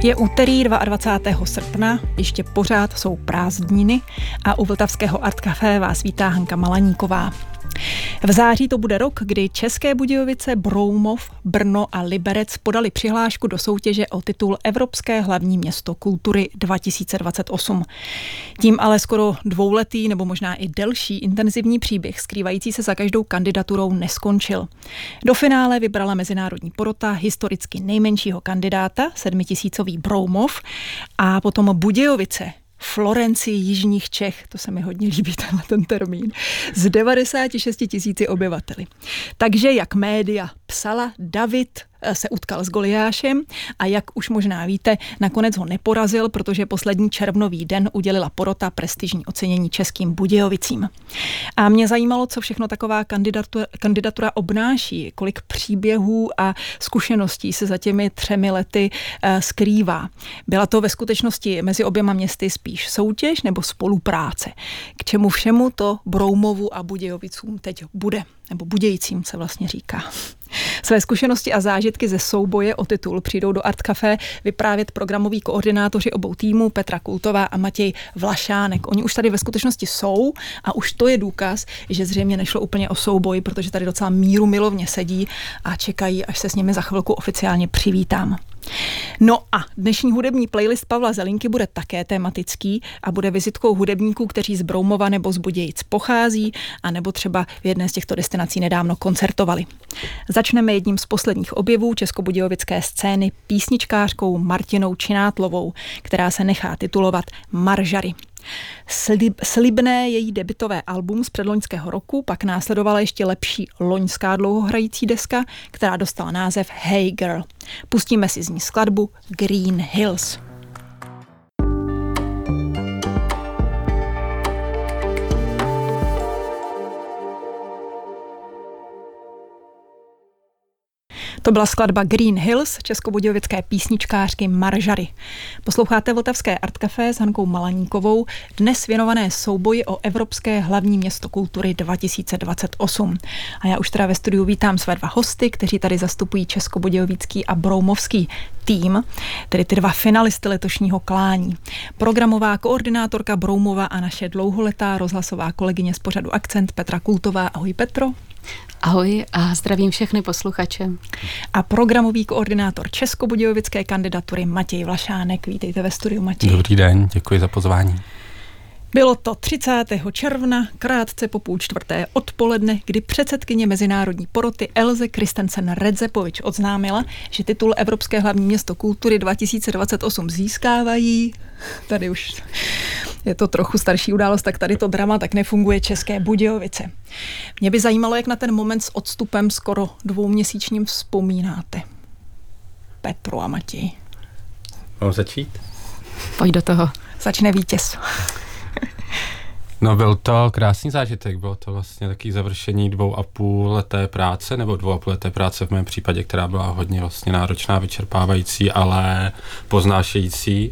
Je úterý 22. srpna, ještě pořád jsou prázdniny a u Vltavského Art Café vás vítá Hanka Malaníková. V září to bude rok, kdy České Budějovice, Broumov, Brno a Liberec podali přihlášku do soutěže o titul Evropské hlavní město kultury 2028. Tím ale skoro dvouletý nebo možná i delší intenzivní příběh skrývající se za každou kandidaturou neskončil. Do finále vybrala mezinárodní porota historicky nejmenšího kandidáta, 7000 Broumov, a potom Budějovice, Florencii jižních Čech, to se mi hodně líbí ten termín, s 96 000 obyvateli. Takže jak média psala, David se utkal s Goliášem a jak už možná víte, nakonec ho neporazil, protože poslední červnový den udělila porota prestižní ocenění Českým Budějovicím. A mě zajímalo, co všechno taková kandidatura obnáší, kolik příběhů a zkušeností se za těmi 3 lety skrývá. Byla to ve skutečnosti mezi oběma městy spíš soutěž nebo spolupráce? K čemu všemu to Broumovu a Budějovicům teď bude? Nebo Budějcím se vlastně říká. Své zkušenosti a zážitky ze souboje o titul přijdou do Art Café vyprávět programoví koordinátoři obou týmů Petra Kultová a Matěj Vlašánek. Oni už tady ve skutečnosti jsou a už to je důkaz, že zřejmě nešlo úplně o souboj, protože tady docela míru milovně sedí a čekají, až se s nimi za chvilku oficiálně přivítám. No a dnešní hudební playlist Pavla Zelinky bude také tematický a bude vizitkou hudebníků, kteří z Broumova nebo z Budějic pochází a nebo třeba v jedné z těchto destinací nedávno koncertovali. Začneme jedním z posledních objevů českobudějovické scény písničkářkou Martinou Činátlovou, která se nechá titulovat Maržary. Slibné její debutové album z předloňského roku, pak následovala ještě lepší loňská dlouhohrající deska, která dostala název Hey Girl. Pustíme si z ní skladbu Green Hills. To byla skladba Green Hills českobudějovické písničkářky Maržary. Posloucháte Vltavské Art Café s Hankou Malaníkovou, dnes věnované souboji o Evropské hlavní město kultury 2028. A já už teda ve studiu vítám své 2 hosty, kteří tady zastupují českobudějovický a broumovský tým, tedy ty 2 finalisty letošního klání. Programová koordinátorka Broumova a naše dlouholetá rozhlasová kolegyně z pořadu Akcent Petra Kultová. Ahoj Petro. Ahoj a zdravím všechny posluchače. A programový koordinátor českobudějovické kandidatury Matěj Vlašánek. Vítejte ve studiu, Matěj. Dobrý den, děkuji za pozvání. Bylo to 30. června, krátce po 3:30 odpoledne, kdy předsedkyně mezinárodní poroty Elze Christensen-Redzepovič oznámila, že titul Evropské hlavní město kultury 2028 získávají. Tady už je to trochu starší událost, tak tady to drama tak nefunguje, České Budějovice. Mě by zajímalo, jak na ten moment s odstupem skoro 2měsíčním vzpomínáte. Petro a Matěj. Mám začít? Pojď do toho. Začne vítěz. No, byl to krásný zážitek, bylo to vlastně takový završení 2,5leté práce, nebo 2,5leté práce v mém případě, která byla hodně vlastně náročná, vyčerpávající, ale poznášející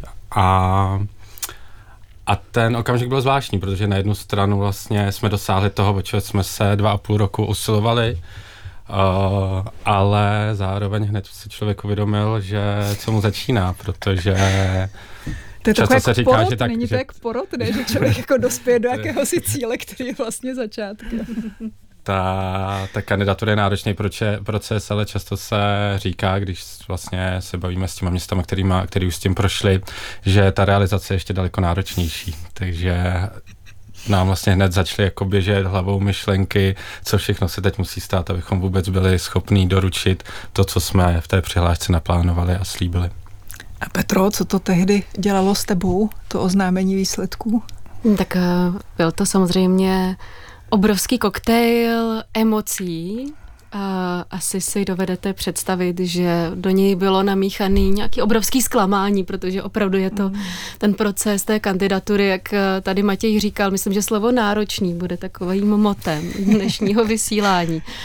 a ten okamžik byl zvláštní, protože na jednu stranu vlastně jsme dosáhli toho, o čeho jsme se 2,5 roku usilovali, ale zároveň hned si člověk uvědomil, že co mu začíná, protože to je často se říká, porod, že tak, není to jak porod, ne? Že člověk jako dospěje do jakéhosi cíle, který je vlastně začátkem. Ta kandidatura je náročný proces, ale často se říká, když vlastně se bavíme s těma městama, který už s tím prošli, že ta realizace je ještě daleko náročnější. Takže nám vlastně hned začaly jako běžet hlavou myšlenky, co všechno se teď musí stát, abychom vůbec byli schopní doručit to, co jsme v té přihlášce naplánovali a slíbili. A Petro, co to tehdy dělalo s tebou, to oznámení výsledků? Tak byl to samozřejmě obrovský koktejl emocí. Asi si dovedete představit, že do něj bylo namíchaný nějaký obrovský zklamání, protože opravdu je to ten proces té kandidatury, jak tady Matěj říkal, myslím, že slovo náročný bude takovým motem dnešního vysílání.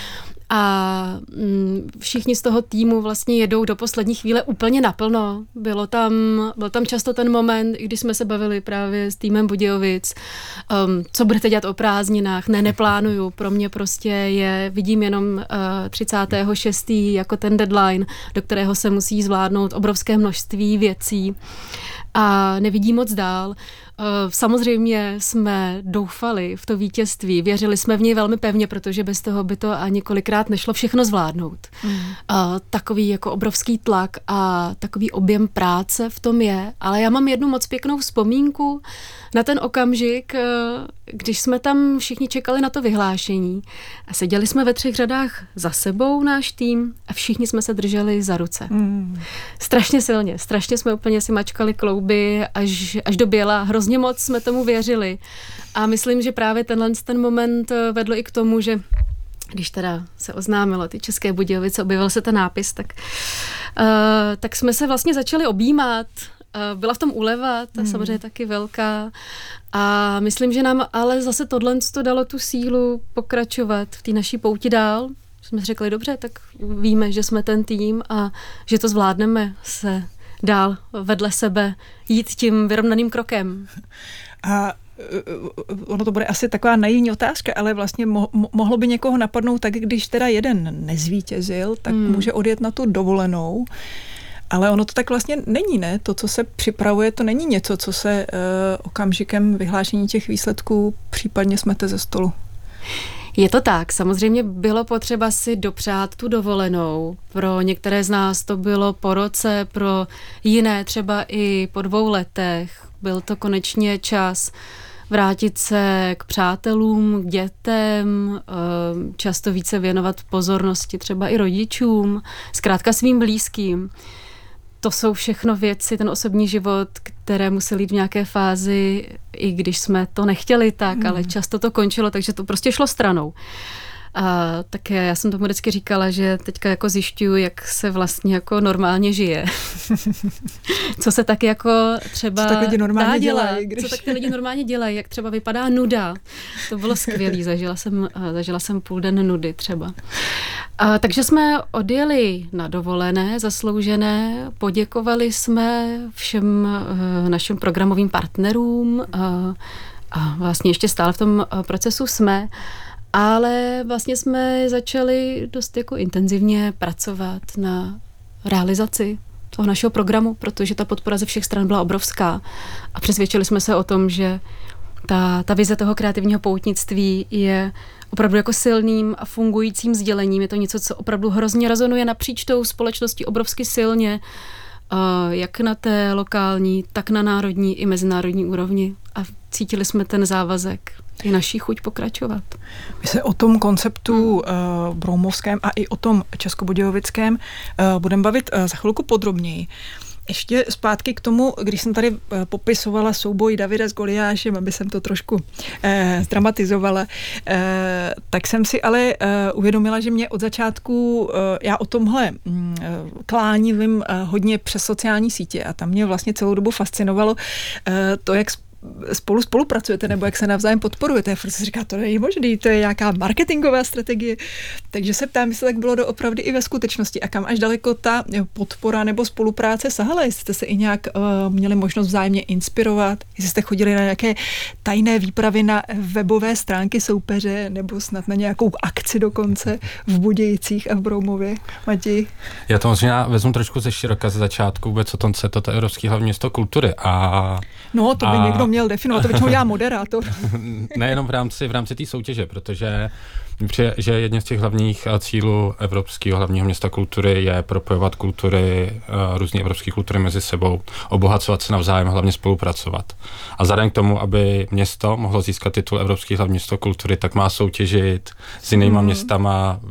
a všichni z toho týmu vlastně jedou do poslední chvíle úplně naplno. Byl tam často ten moment, kdy jsme se bavili právě s týmem Budějovic, co budete dělat o prázdninách, neplánuju, pro mě prostě vidím jenom 36. jako ten deadline, do kterého se musí zvládnout obrovské množství věcí a nevidí moc dál. Samozřejmě jsme doufali v to vítězství, věřili jsme v něj velmi pevně, protože bez toho by to ani kolikrát nešlo všechno zvládnout. Takový jako obrovský tlak a takový objem práce v tom je, ale já mám jednu moc pěknou vzpomínku na ten okamžik, když jsme tam všichni čekali na to vyhlášení a seděli jsme ve 3 řadách za sebou náš tým a všichni jsme se drželi za ruce. Strašně silně, strašně jsme úplně si mačkali klouby až do běla, hrozně moc jsme tomu věřili a myslím, že právě ten moment vedl i k tomu, že když teda se oznámilo ty České Budějovice, objevil se ten nápis, tak jsme se vlastně začali objímat. Byla v tom úleva, ta samozřejmě taky velká a myslím, že nám ale zase tohle dalo tu sílu pokračovat v té naší pouti dál. Jsme si řekli, dobře, tak víme, že jsme ten tým a že to zvládneme se dál vedle sebe jít tím vyrovnaným krokem. A ono to bude asi taková naivní otázka, ale vlastně mohlo by někoho napadnout tak, když teda jeden nezvítězil, tak může odjet na tu dovolenou. Ale ono to tak vlastně není, ne? To, co se připravuje, to není něco, co se okamžikem vyhlášení těch výsledků případně smete ze stolu. Je to tak, samozřejmě bylo potřeba si dopřát tu dovolenou. Pro některé z nás to bylo po roce, pro jiné třeba i po 2 letech. Byl to konečně čas vrátit se k přátelům, k dětem, často více věnovat pozornosti třeba i rodičům, zkrátka svým blízkým. To jsou všechno věci, ten osobní život, které musely jít v nějaké fázi, i když jsme to nechtěli tak, ale často to končilo, takže to prostě šlo stranou. Tak já jsem tomu vždycky říkala, že teďka jako zjišťuju, jak se vlastně jako normálně žije. Co se tak jako třeba co tak lidi normálně dělají, co tak ty lidi normálně dělají, jak třeba vypadá nuda. To bylo skvělý, zažila jsem půl den nudy třeba. Takže jsme odjeli na dovolené, zasloužené, poděkovali jsme všem našim programovým partnerům a vlastně ještě stále v tom procesu jsme. Ale vlastně jsme začali dost jako intenzivně pracovat na realizaci toho našeho programu, protože ta podpora ze všech stran byla obrovská a přesvědčili jsme se o tom, že ta vize toho kreativního poutnictví je opravdu jako silným a fungujícím sdělením. Je to něco, co opravdu hrozně rezonuje napříč tou společností obrovsky silně, jak na té lokální, tak na národní i mezinárodní úrovni. A cítili jsme ten závazek i naší chuť pokračovat. My se o tom konceptu broumovském a i o tom českobudějovickém budeme bavit za chvilku podrobněji. Ještě zpátky k tomu, když jsem tady popisovala souboj Davida s Goliášem, aby jsem to trošku zdramatizovala, tak jsem si ale uvědomila, že mě od začátku, já o tomhle klání vím hodně přes sociální sítě a tam mě vlastně celou dobu fascinovalo to, jak spolupracujete nebo jak se navzájem podporujete. Furt se říká, to není možný, to je nějaká marketingová strategie. Takže se ptám, jestli tak bylo doopravdy i ve skutečnosti a kam až daleko ta podpora nebo spolupráce sahala, jestli jste se i nějak měli možnost vzájemně inspirovat, jestli jste chodili na nějaké tajné výpravy na webové stránky soupeře nebo snad na nějakou akci dokonce v Budějicích a v Broumově. Matěj? Já to možná vezmu trošku ze široka ze začátku, vůbec o tom, co je to Evropský hlavní město kultury. No, to by někdo měl definovat, to většinou já moderátor. Nejenom v rámci té soutěže, protože že jedním z těch hlavních cílů Evropského hlavního města kultury je propojovat kultury, různé evropské kultury mezi sebou, obohacovat se navzájem, hlavně spolupracovat. A vzhledem k tomu, aby město mohlo získat titul Evropský hlavní město kultury, tak má soutěžit s jinýma městama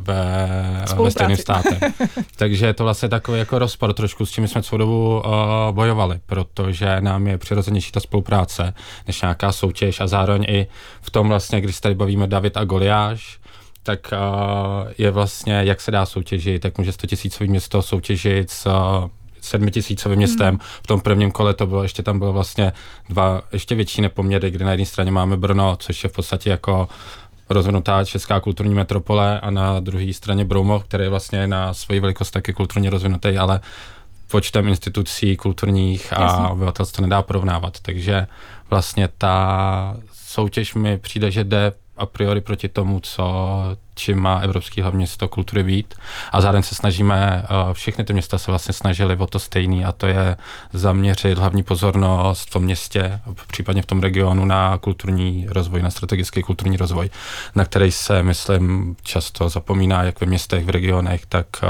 ve stejném státě. Takže je to vlastně takový jako rozpor trošku, s čím jsme celou dobu bojovali, protože nám je přirozenější ta spolupráce než nějaká soutěž a zároveň i v tom vlastně, když se tady bavíme David a Goliáš, tak je vlastně, jak se dá soutěžit, tak může 100 000 město soutěžit s 7 000 městem. V tom prvním kole to bylo, ještě tam bylo vlastně 2 ještě větší nepoměry, kdy na jedné straně máme Brno, což je v podstatě jako rozvinutá česká kulturní metropole a na druhé straně Broumov, který je vlastně na svoji velikost taky kulturně rozvinutý, ale počtem institucí kulturních a obyvatelstvo to nedá porovnávat. Takže vlastně ta soutěž mi přijde, že jde a priori proti tomu, čím má Evropský hlavní město kultury být. A zároveň se snažíme, všechny ty města se vlastně snažily o to stejný, a to je zaměřit hlavní pozornost v tom městě, případně v tom regionu na kulturní rozvoj, na strategický kulturní rozvoj, na který se, myslím, často zapomíná, jak ve městech, v regionech,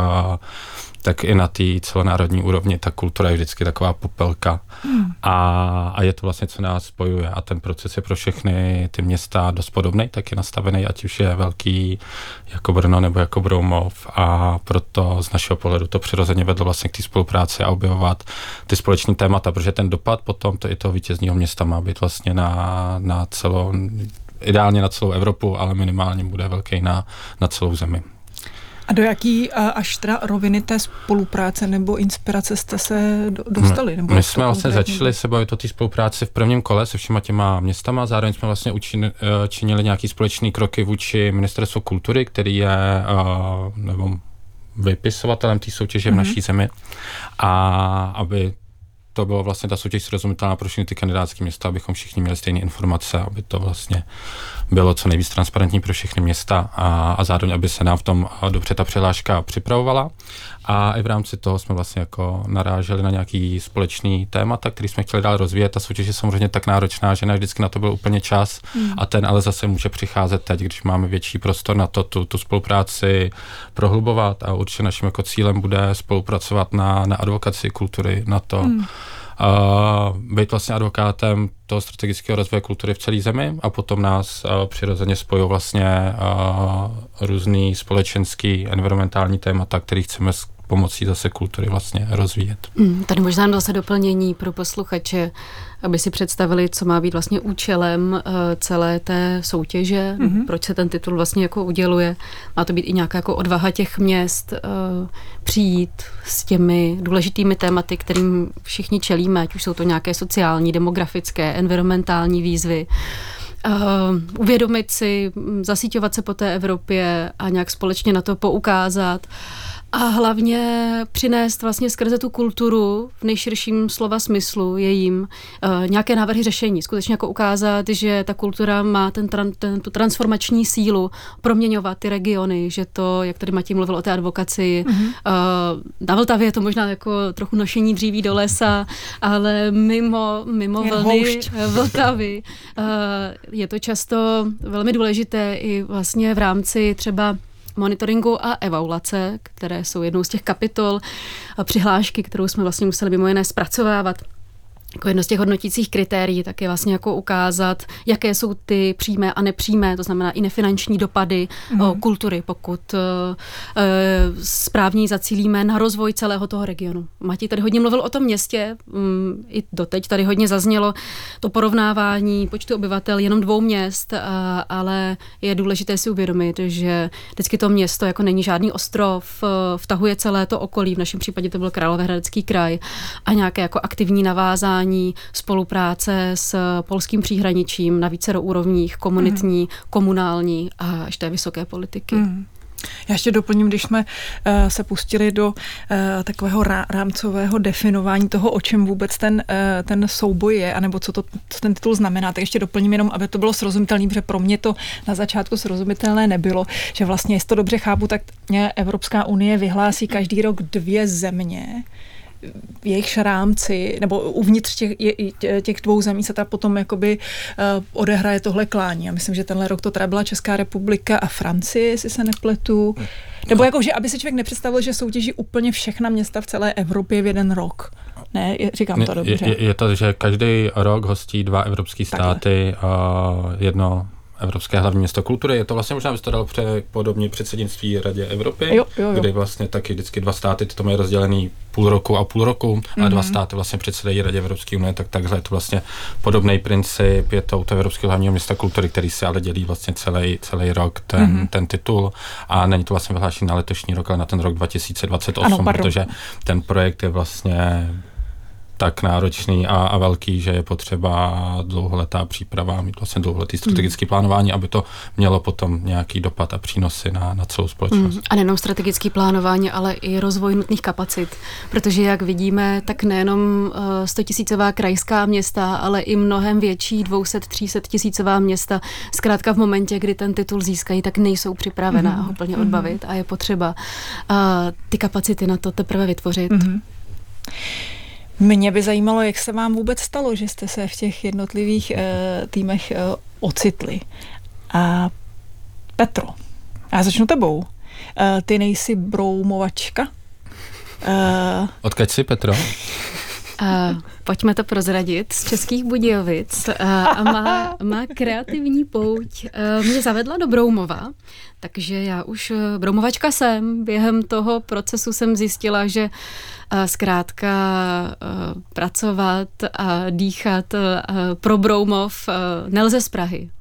tak i na té celonárodní úrovni ta kultura je vždycky taková popelka. A je to vlastně, co nás spojuje. A ten proces je pro všechny ty města dost podobný, tak je nastavený, ať už je velký jako Brno nebo jako Broumov. A proto z našeho pohledu to přirozeně vedlo vlastně k té spolupráci a objevovat ty společné témata, protože ten dopad potom i toho vítězního města má být vlastně na celou, ideálně na celou Evropu, ale minimálně bude velký na celou zemi. A do jaký až teda roviny té spolupráce nebo inspirace jste se dostali? Nebo my jsme vlastně začali se bavit o té spolupráci v prvním kole se všema těma městama, zároveň jsme vlastně činili nějaký společný kroky vůči Ministerstvu kultury, který je nebo vypisovatelem té soutěže v naší zemi, a aby to bylo vlastně ta soutěž srozumitelná pro všechny ty kandidátské města, abychom všichni měli stejné informace, aby to vlastně bylo co nejvíc transparentní pro všechny města a zároveň, aby se nám v tom dobře ta přihláška připravovala. A i v rámci toho jsme vlastně jako naráželi na nějaký společný témata, který jsme chtěli dál rozvíjet. Ta soutěž je samozřejmě tak náročná, že ne vždycky na to byl úplně čas, a ten ale zase může přicházet teď, když máme větší prostor na to, tu spolupráci prohlubovat, a určitě naším jako cílem bude spolupracovat na advokaci kultury, na to, být vlastně advokátem toho strategického rozvoje kultury v celé zemi, a potom nás přirozeně spojují vlastně různý společenský, environmentální témata, který chceme s pomocí zase kultury vlastně rozvíjet. Tady možná zase doplnění pro posluchače, aby si představili, co má být vlastně účelem celé té soutěže, proč se ten titul vlastně jako uděluje. Má to být i nějaká jako odvaha těch měst přijít s těmi důležitými tématy, kterým všichni čelíme, ať už jsou to nějaké sociální, demografické, environmentální výzvy. Uvědomit si, zasíťovat se po té Evropě a nějak společně na to poukázat. A hlavně přinést vlastně skrze tu kulturu v nejširším slova smyslu jejím nějaké návrhy řešení. Skutečně jako ukázat, že ta kultura má tu transformační sílu proměňovat ty regiony, že to, jak tady Matěj mluvil o té advokaci, na Vltavě je to možná jako trochu nošení dříví do lesa, ale mimo vlny Vltavy je to často velmi důležité i vlastně v rámci třeba monitoringu a evaluace, které jsou jednou z těch kapitol přihlášky, kterou jsme vlastně museli mimo jiné zpracovávat. Jako jedno z těch hodnotících kritérií, tak je vlastně jako ukázat, jaké jsou ty přímé a nepřímé, to znamená i nefinanční dopady kultury, pokud správně zacílíme na rozvoj celého toho regionu. Matěj tady hodně mluvil o tom městě, i doteď tady hodně zaznělo to porovnávání počtu obyvatel jenom 2 měst, ale je důležité si uvědomit, že vždycky to město jako není žádný ostrov, vtahuje celé to okolí, v našem případě to byl Královéhradecký kraj, a nějaké jako aktivní navázání spolupráce s polským příhraničím na vícero úrovních, komunitní, komunální a až té vysoké politiky. Já ještě doplním, když jsme se pustili do takového rámcového definování toho, o čem vůbec ten souboj je, anebo co ten titul znamená, tak ještě doplním jenom, aby to bylo srozumitelné, protože pro mě to na začátku srozumitelné nebylo, že vlastně, jestli to dobře chápu, tak Evropská unie vyhlásí každý rok 2 země, v jejich rámci, nebo uvnitř těch 2 zemí se ta potom jakoby odehraje tohle klání. Já myslím, že tenhle rok to teda byla Česká republika a Francie, jestli se nepletu. Nebo jako, že aby se člověk nepředstavil, že soutěží úplně všechna města v celé Evropě v jeden rok. Ne, říkám to dobře. Je to, že každý rok hostí 2 evropské státy, jedno Evropské hlavní město kultury. Je to vlastně, možná by to dalo podobně předsednictví Radě Evropy, jo. Kdy vlastně taky vždycky 2 státy, to mají rozdělený půl roku a půl roku, a 2 státy vlastně předsedají Radě Evropské unie, tak takhle je to vlastně podobný princip, je to Evropského hlavního města kultury, který se ale dělí vlastně celý rok ten titul, a není to vlastně vyhlášený na letošní rok, ale na ten rok 2028, protože ten projekt je vlastně tak náročný a velký, že je potřeba dlouholetá příprava, mít vlastně dlouholetý strategické plánování, aby to mělo potom nějaký dopad a přínosy na celou společnost. A nejenom strategické plánování, ale i rozvoj nutných kapacit, protože jak vidíme, tak nejenom 100 000 krajská města, ale i mnohem větší 200-300 tisícová města zkrátka v momentě, kdy ten titul získají, tak nejsou připravená ho plně odbavit a je potřeba ty kapacity na to teprve vytvořit. Mě by zajímalo, jak se vám vůbec stalo, že jste se v těch jednotlivých týmech ocitli. A Petro, já začnu tebou. Ty nejsi broumovačka? Odkud jsi, Petro? Pojďme to prozradit. Z Českých Budějovic a má kreativní pouť. Mě zavedla do Broumova, takže já už broumovačka jsem. Během toho procesu jsem zjistila, že zkrátka pracovat a dýchat pro Broumov nelze z Prahy.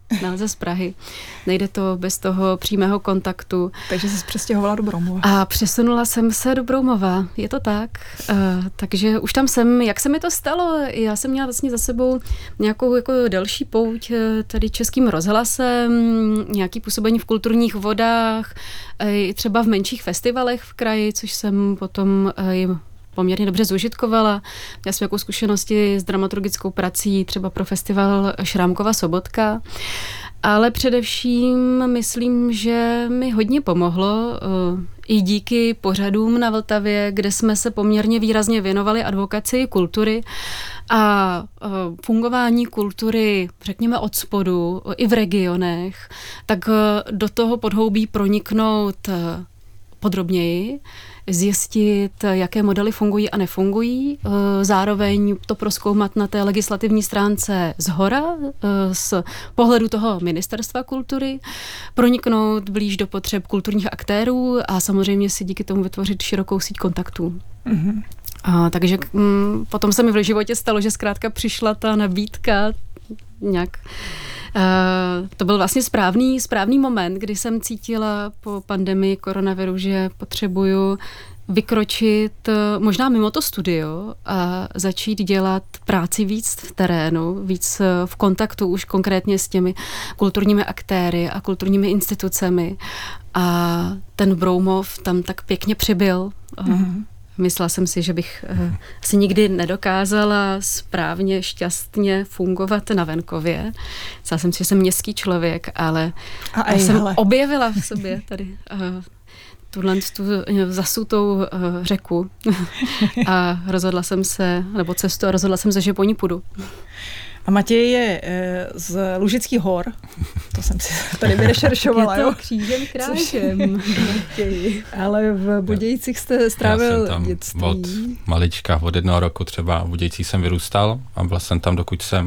Nejde to bez toho přímého kontaktu. Takže jsi přestěhovala do Broumova. A přesunula jsem se do Broumova, je to tak. Takže už tam jsem, jak se mi to stalo? Já jsem měla vlastně za sebou nějakou jako delší pouť tady Českým rozhlasem, nějaký působení v kulturních vodách, i třeba v menších festivalech v kraji, což jsem potom poměrně dobře zužitkovala. Měla jsem nějakou zkušenosti s dramaturgickou prací, třeba pro festival Šrámkova Sobotka. Ale především myslím, že mi hodně pomohlo i díky pořadům na Vltavě, kde jsme se poměrně výrazně věnovali advokaci kultury a fungování kultury, řekněme od spodu, i v regionech, tak do toho podhoubí proniknout podrobněji, zjistit, jaké modely fungují a nefungují, zároveň to prozkoumat na té legislativní stránce zhora, z pohledu toho ministerstva kultury, proniknout blíž do potřeb kulturních aktérů a samozřejmě si díky tomu vytvořit širokou síť kontaktů. Takže potom se mi v životě stalo, že zkrátka přišla ta nabídka nějak. To byl vlastně správný moment, kdy jsem cítila po pandemii koronaviru, že potřebuju vykročit možná mimo to studio a začít dělat práci víc v terénu, víc v kontaktu už konkrétně s těmi kulturními aktéry a kulturními institucemi. A ten Broumov tam tak pěkně přibyl. Myslela jsem si, že bych si nikdy nedokázala správně, šťastně fungovat na venkově. Myslela jsem si, že jsem městský člověk, ale jsem objevila v sobě tady tu zasutou řeku a rozhodla jsem se, nebo cestu a rozhodla jsem se, že po ní půjdu. A Matěj je z Lužických hor, to jsem si tady vyrešeršovala, jo? Křížem krážem. Ale v Budějcích jste strávil dětství. Od malička, od 1 roku třeba v Budějcích jsem vyrůstal a byl jsem tam, dokud se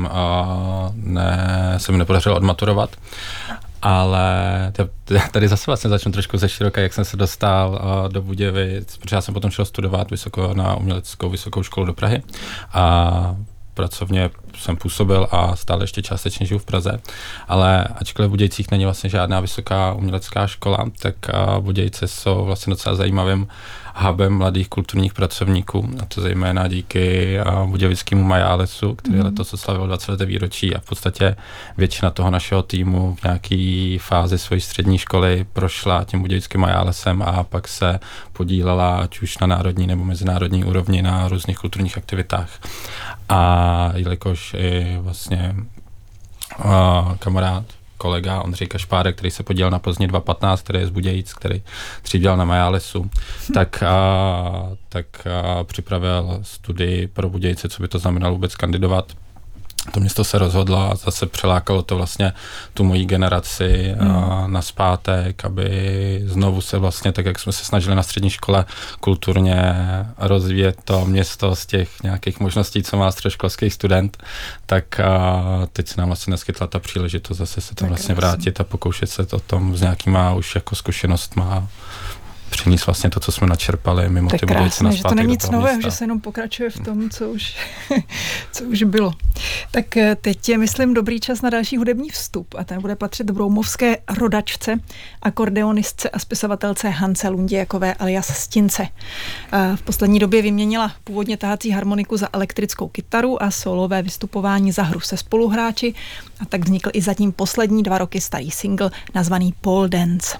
mi nepodařilo odmaturovat. Ale tady zase vlastně začnu trošku ze široka, jak jsem se dostal do Budějovic, protože já jsem potom šel studovat na uměleckou vysokou školu do Prahy a pracovně jsem působil a stále ještě částečně žiju v Praze, ale ačkoliv v Budějcích není vlastně žádná vysoká umělecká škola, tak Budějce jsou vlastně docela zajímavým hubem mladých kulturních pracovníků, a to zejména díky budějovickému Majálesu, který letos oslavil 20. výročí a v podstatě většina toho našeho týmu v nějaký fázi své střední školy prošla tím budějovickým Majálesem a pak se podílela ať už na národní nebo mezinárodní úrovni na různých kulturních aktivitách. A jelikož i vlastně kamarád, kolega Ondřej Kašpárek, který se podílel na Plzni 2015, který je z Budějic, který tříděl na Majálesu, tak připravil studii pro Budějice, co by to znamenalo vůbec kandidovat. To město se rozhodlo a zase přelákalo to vlastně tu mojí generaci nazpátek, aby znovu se vlastně, tak jak jsme se snažili na střední škole kulturně rozvíjet to město z těch nějakých možností, co má středoškolský student, tak teď se nám vlastně naskytla ta příležitost zase se tam vlastně vrátit a pokoušet se to o tom s nějakýma už jako zkušenostma přinést vlastně to, co jsme načerpali mimo ty Budějovice naspátek. To není nic nového, že se jenom pokračuje v tom, co už bylo. Tak teď je, myslím, dobrý čas na další hudební vstup a ten bude patřit broumovské rodačce, akordeonistce a spisovatelce Hance Lundějakové alias Stince. V poslední době vyměnila původně tahací harmoniku za elektrickou kytaru a solové vystupování za hru se spoluhráči a tak vznikl i zatím poslední 2 roky starý single nazvaný Pole Dance.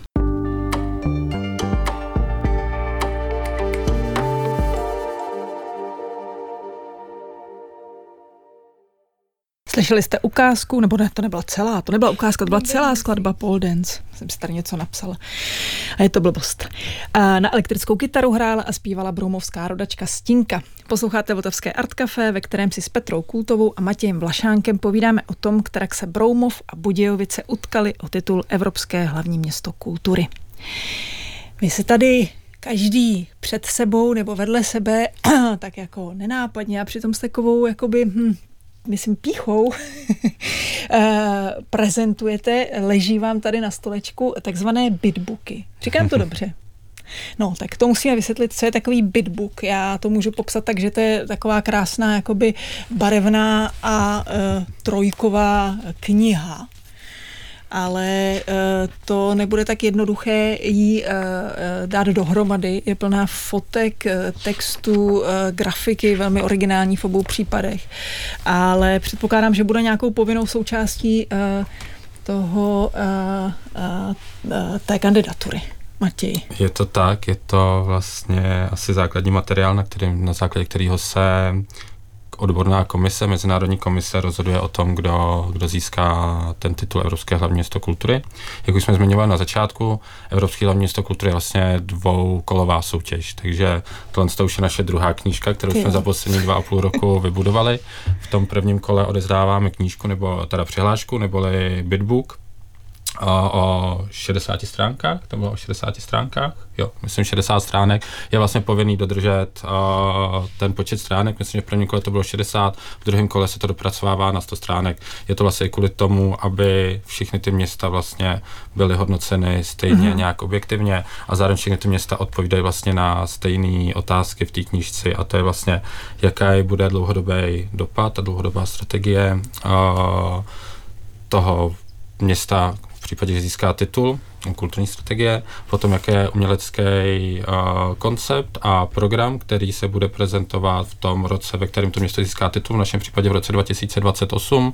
Slyšeli jste ukázku, nebo ne, to nebyla celá, to nebyla ukázka, to byla celá skladba Pole Dance. Jsem si tady něco napsala. A je to blbost. Na elektrickou kytaru hrála a zpívala broumovská rodačka Stinka. Posloucháte Vltavské Art Café, ve kterém si s Petrou Kultovou a Matějem Vlašánkem povídáme o tom, kterak se Broumov a Budějovice utkali o titul Evropské hlavní město kultury. My se tady každý před sebou nebo vedle sebe tak jako nenápadně a přitom s takovou jakoby myslím pýchou, prezentujete, leží vám tady na stolečku takzvané bitbooky. Říkám to dobře? No, tak to musíme vysvětlit, co je takový bitbook. Já to můžu popsat tak, že to je taková krásná, jakoby barevná a trojková kniha. Ale to nebude tak jednoduché jí dát dohromady. Je plná fotek, textů, grafiky, velmi originální v obou případech. Ale předpokládám, že bude nějakou povinnou součástí té kandidatury. Matěj. Je to tak, je to vlastně asi základní materiál, na základě kterého se odborná komise, mezinárodní komise rozhoduje o tom, kdo získá ten titul Evropské hlavní město kultury. Jak už jsme zmiňovali na začátku, Evropské hlavní město kultury je vlastně 2kolová soutěž, takže tohle už je naše druhá knížka, kterou jsme za poslední 2,5 roku vybudovali. V tom prvním kole odezdáváme knížku, nebo teda přihlášku, neboli bitbook, o 60 stránkách, to bylo o 60 stránkách, jo, myslím 60 stránek, je vlastně povinný dodržet ten počet stránek, myslím, že v prvním kole to bylo 60, v druhém kole se to dopracovává na 100 stránek. Je to vlastně kvůli tomu, aby všechny ty města vlastně byly hodnoceny stejně nějak objektivně a zároveň všechny ty města odpovídají vlastně na stejné otázky v té knížce a to je vlastně, jaký bude dlouhodobý dopad a dlouhodobá strategie toho města v případě, že získá titul, kulturní strategie, potom jaký je umělecký koncept a program, který se bude prezentovat v tom roce, ve kterém to město získá titul, v našem případě v roce 2028,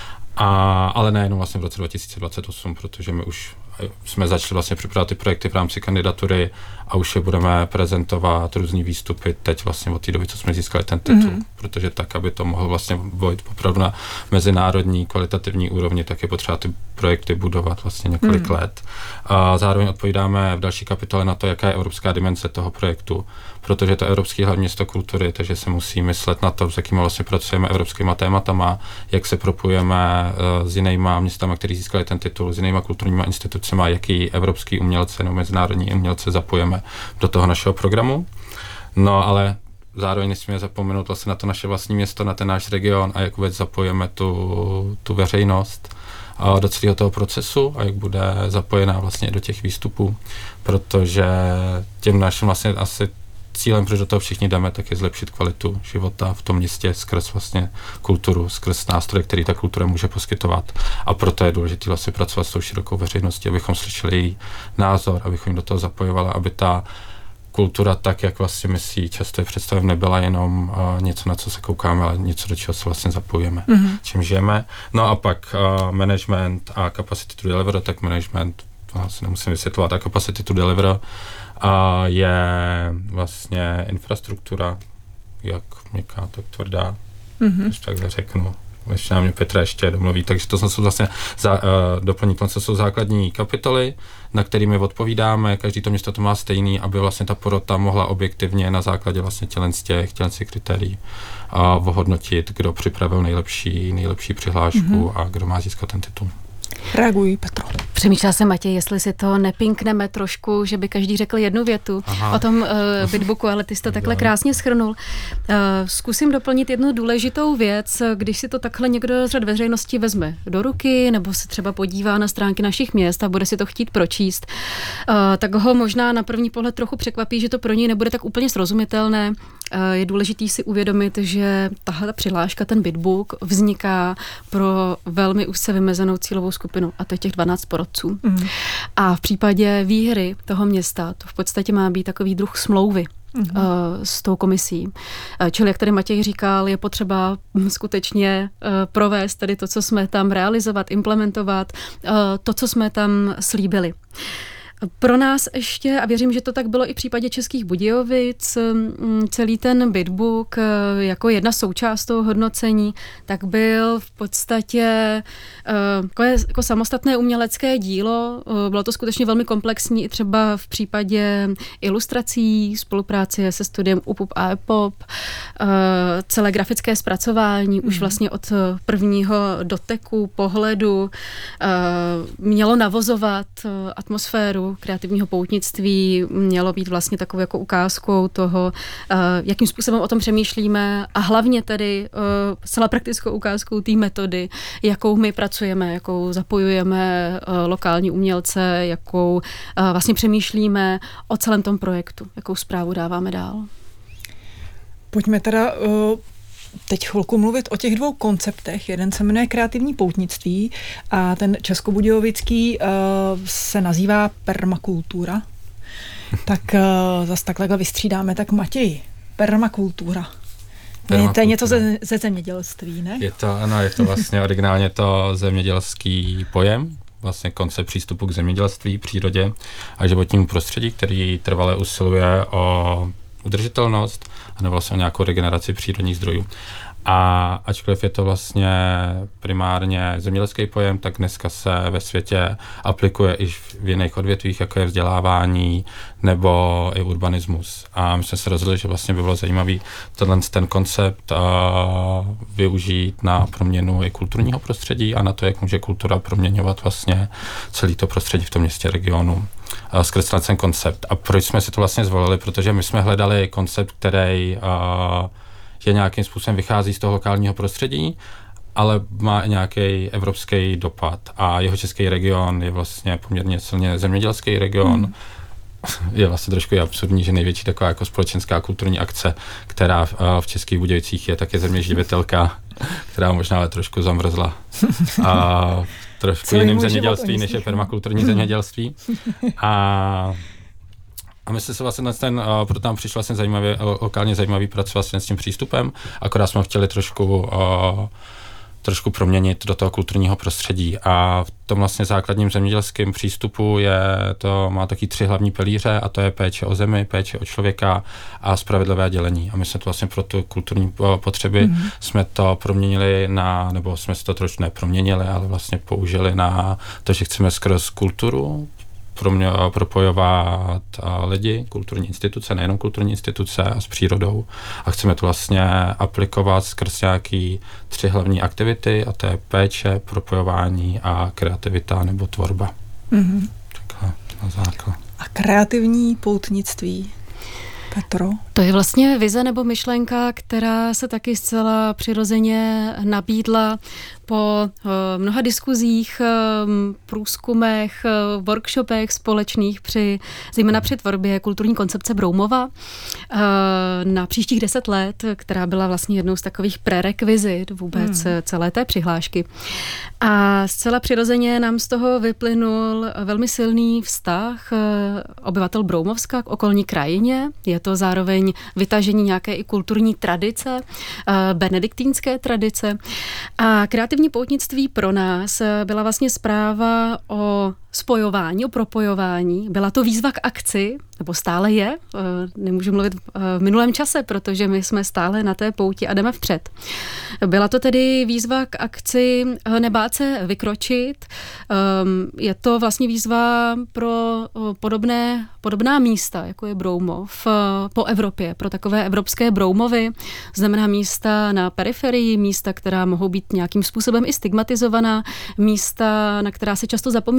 ale nejenom vlastně v roce 2028, protože my už jsme začali vlastně připravovat ty projekty v rámci kandidatury a už je budeme prezentovat různý výstupy teď vlastně od té doby, co jsme získali ten titul, protože tak, aby to mohlo vlastně být opravdu na mezinárodní kvalitativní úrovni, tak je potřeba ty projekty budovat vlastně několik let. A zároveň odpovídáme v další kapitole na to, jaká je evropská dimenze toho projektu, protože to je Evropské hlavní město kultury, takže se musí myslet na to, s jakými vlastně pracujeme evropskýma tématama, jak se propojujeme s jinýma městama, který získali ten titul, s jinýma kulturníma institucemi, jaký evropský umělce nebo mezinárodní umělce zapojeme do toho našeho programu. No ale zároveň nesmíme zapomenout vlastně na to naše vlastní město, na ten náš region a jak vůbec zapojíme tu veřejnost do celého toho procesu a jak bude zapojená vlastně do těch výstupů, protože tím naším vlastně asi cílem, proč do toho všichni jdeme, tak je zlepšit kvalitu života v tom městě skrz vlastně kulturu, skrz nástroje, který ta kultura může poskytovat. A proto je důležité vlastně pracovat s tou širokou veřejností, abychom slyšeli její názor, abychom jim do toho zapojovali, aby ta kultura tak, jak vlastně my si často je představujeme, nebyla jenom něco, na co se koukáme, ale něco, do čeho se vlastně zapojujeme, čím žijeme. No a pak management a capacity to deliver, tak management, to asi nemusím vysvětlovat, a capacity to deliver je vlastně infrastruktura, jak měkká, tak tvrdá, když takhle řeknu. Ještě na mě Petra ještě domluví, takže to jsou vlastně doplnit, to jsou základní kapitoly, na kterými odpovídáme, každý to město to má stejný, aby vlastně ta porota mohla objektivně na základě vlastně těch kritérií ohodnotit, kdo připravil nejlepší přihlášku a kdo má získat ten titul. Reaguj, Petro. Přemýšlela jsem, Matěj, jestli si to nepinkneme trošku, že by každý řekl jednu větu o tom bitbooku, ale ty jsi to takhle krásně shrnul. Zkusím doplnit jednu důležitou věc, když si to takhle někdo z řad veřejnosti vezme do ruky, nebo se třeba podívá na stránky našich měst a bude si to chtít pročíst, tak ho možná na první pohled trochu překvapí, že to pro něj nebude tak úplně srozumitelné. Je důležitý si uvědomit, že tahle přihláška, ten bitbook, vzniká pro velmi úzce vymezenou cílovou skupinu, a to je těch 12 porodců. A v případě výhry toho města to v podstatě má být takový druh smlouvy s tou komisí. Čili, jak tady Matěj říkal, je potřeba skutečně provést tady to, co jsme tam realizovat, implementovat, to, co jsme tam slíbili. Pro nás ještě, a věřím, že to tak bylo i v případě Českých Budějovic, celý ten bitbook jako jedna součást toho hodnocení, tak byl v podstatě jako samostatné umělecké dílo. Bylo to skutečně velmi komplexní i třeba v případě ilustrací, spolupráce se studiem UPUP a EPOP, celé grafické zpracování už vlastně od prvního doteku, pohledu mělo navozovat atmosféru kreativního poutnictví, mělo být vlastně takovou jako ukázkou toho, jakým způsobem o tom přemýšlíme a hlavně tedy zcela praktickou ukázkou té metody, jakou my pracujeme, jakou zapojujeme lokální umělce, jakou vlastně přemýšlíme o celém tom projektu, jakou zprávu dáváme dál. Pojďme teda teď chvilku mluvit o těch dvou konceptech. Jeden se jmenuje kreativní poutnictví a ten českobudějovický se nazývá permakultura. Tak zase takhle vystřídáme. Tak Matěj, permakultura. To je něco ze zemědělství, ne? Je to vlastně originálně to zemědělský pojem, vlastně koncept přístupu k zemědělství, přírodě a životnímu prostředí, který trvale usiluje o udržitelnost a nebo vlastně o nějakou regeneraci přírodních zdrojů. A ačkoliv je to vlastně primárně zemědělský pojem, tak dneska se ve světě aplikuje i v jiných odvětvích, jako je vzdělávání nebo i urbanismus. A my jsme se rozhodli, že vlastně by bylo zajímavý ten koncept využít na proměnu i kulturního prostředí a na to, jak může kultura proměňovat vlastně celé to prostředí v tom městě, regionu. Skrz ten koncept. A proč jsme si to vlastně zvolili? Protože my jsme hledali koncept, který je nějakým způsobem vychází z toho lokálního prostředí, ale má i nějaký evropský dopad. A jeho český region je vlastně poměrně silně zemědělský region. Je vlastně trošku absurdní, že největší taková jako společenská kulturní akce, která v Českých Budějovicích je, tak je Země živitelka, která možná ale trošku zamrzla. A trošku jiným zemědělství, než je permakulturní zemědělství. A my jsme se vlastně proto nám přišlo vlastně lokálně zajímavý pracovat s tím přístupem, akorát jsme chtěli trošku proměnit do toho kulturního prostředí. A v tom vlastně základním zemědělském přístupu má taky 3 hlavní pilíře, a to je péče o zemi, péče o člověka a spravedlivé dělení. A my jsme to vlastně pro tu kulturní potřeby jsme to proměnili nebo jsme si to trošku neproměnili, ale vlastně použili na to, že chceme skrz kulturu propojovat lidi, kulturní instituce, nejenom kulturní instituce a s přírodou. A chceme to vlastně aplikovat skrz nějaký 3 hlavní aktivity, a to je péče, propojování a kreativita nebo tvorba. Takhle na základ. A kreativní poutnictví, Petro? To je vlastně vize nebo myšlenka, která se taky zcela přirozeně nabídla po mnoha diskuzích, průzkumech, workshopech společných zejména při tvorbě kulturní koncepce Broumova na příštích 10 let, která byla vlastně jednou z takových prerekvizit vůbec celé té přihlášky. A zcela přirozeně nám z toho vyplynul velmi silný vztah obyvatel Broumovska k okolní krajině. Je to zároveň vytažení nějaké i kulturní tradice, benediktínské tradice. A kreativní poutnictví pro nás byla vlastně zpráva o spojování, o propojování. Byla to výzva k akci, nebo stále je, nemůžu mluvit v minulém čase, protože my jsme stále na té pouti a jdeme vpřed. Byla to tedy výzva k akci nebát se vykročit. Je to vlastně výzva pro podobná místa, jako je Broumov, po Evropě, pro takové evropské Broumovy, znamená místa na periferii, místa, která mohou být nějakým způsobem i stigmatizovaná, místa, na která se často zapomíná, protože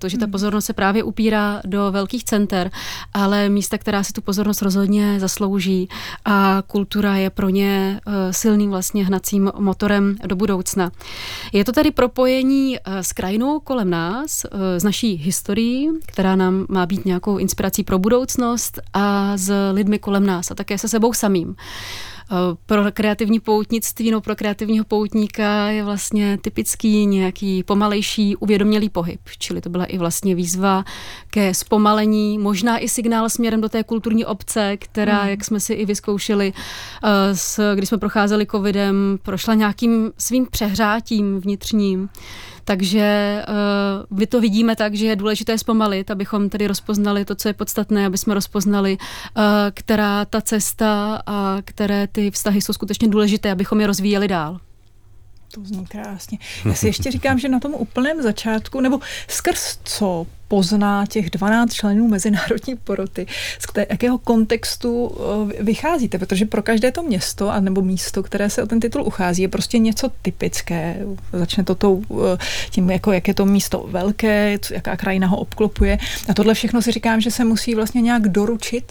že ta pozornost se právě upírá do velkých center, ale místa, která si tu pozornost rozhodně zaslouží a kultura je pro ně silným vlastně hnacím motorem do budoucna. Je to tady propojení s krajinou kolem nás, s naší historií, která nám má být nějakou inspirací pro budoucnost a s lidmi kolem nás a také se sebou samým. Pro kreativní poutnictví, pro kreativního poutníka je vlastně typický nějaký pomalejší, uvědomělý pohyb. Čili to byla i vlastně výzva ke zpomalení, možná i signál směrem do té kulturní obce, která, jak jsme si i vyzkoušeli, když jsme procházeli covidem, prošla nějakým svým přehrátím vnitřním. Takže vy to vidíme tak, že je důležité zpomalit, abychom tedy rozpoznali to, co je podstatné, aby jsme rozpoznali, která ta cesta a které ty vztahy jsou skutečně důležité, abychom je rozvíjeli dál. To zní krásně. Já si ještě říkám, že na tom úplném začátku, nebo skrz co pozná těch 12 členů mezinárodní poroty, z jakého kontextu vycházíte, protože pro každé to město a nebo místo, které se o ten titul uchází, je prostě něco typické. Začne to tím, jako jak je to místo velké, jaká krajina ho obklopuje. A tohle všechno si říkám, že se musí vlastně nějak doručit